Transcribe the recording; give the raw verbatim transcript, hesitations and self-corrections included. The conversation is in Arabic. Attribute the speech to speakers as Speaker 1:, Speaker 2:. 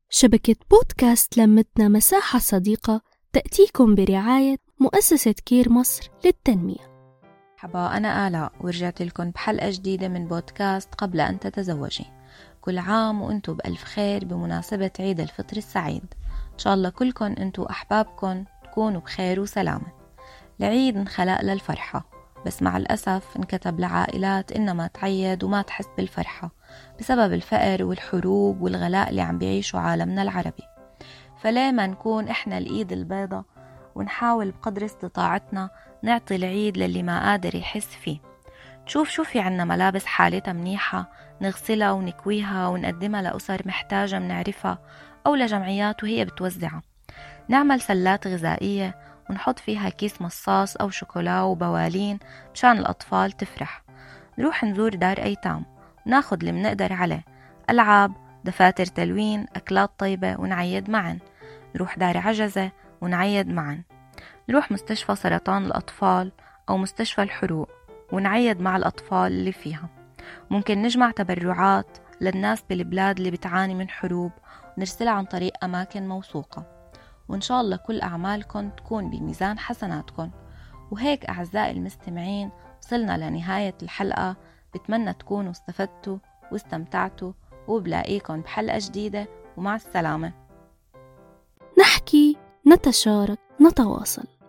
Speaker 1: شبكة بودكاست لمتنا مساحة صديقة تأتيكم برعاية مؤسسة كير مصر للتنمية.
Speaker 2: مرحبا، أنا آلاء ورجعت لكم بحلقة جديدة من بودكاست قبل أن تتزوجي. كل عام وأنتم بألف خير بمناسبة عيد الفطر السعيد. إن شاء الله كلكم أنتم أحبابكم تكونوا بخير وسلامة. العيد انخلق للفرحة، بس مع الأسف انكتب لعائلات إنما تعيد وما تحس بالفرحة بسبب الفقر والحروب والغلاء اللي عم بيعيشوا عالمنا العربي. فليه ما نكون إحنا الإيد البيضة ونحاول بقدر استطاعتنا نعطي العيد للي ما قادر يحس فيه. تشوف شو في عنا ملابس حالتها منيحة نغسلها ونكويها ونقدمها لأسر محتاجة منعرفها، أو لجمعيات وهي بتوزعها. نعمل سلات غذائية ونحط فيها كيس مصاص أو شوكولا وبوالين مشان الأطفال تفرح. نروح نزور دار أيتام وناخد اللي منقدر عليه، ألعاب، دفاتر تلوين، أكلات طيبة ونعيد معا. نروح دار عجزة ونعيد معا. نروح مستشفى سرطان الأطفال أو مستشفى الحروق ونعيد مع الأطفال اللي فيها. ممكن نجمع تبرعات للناس بالبلاد اللي بتعاني من حروب ونرسلها عن طريق أماكن موثوقة. وإن شاء الله كل أعمالكم تكون بميزان حسناتكم. وهيك أعزائي المستمعين وصلنا لنهاية الحلقة. بتمنى تكونوا استفدتوا واستمتعتوا، وبلاقيكم بحلقة جديدة، ومع السلامة.
Speaker 1: نحكي، نتشارك، نتواصل.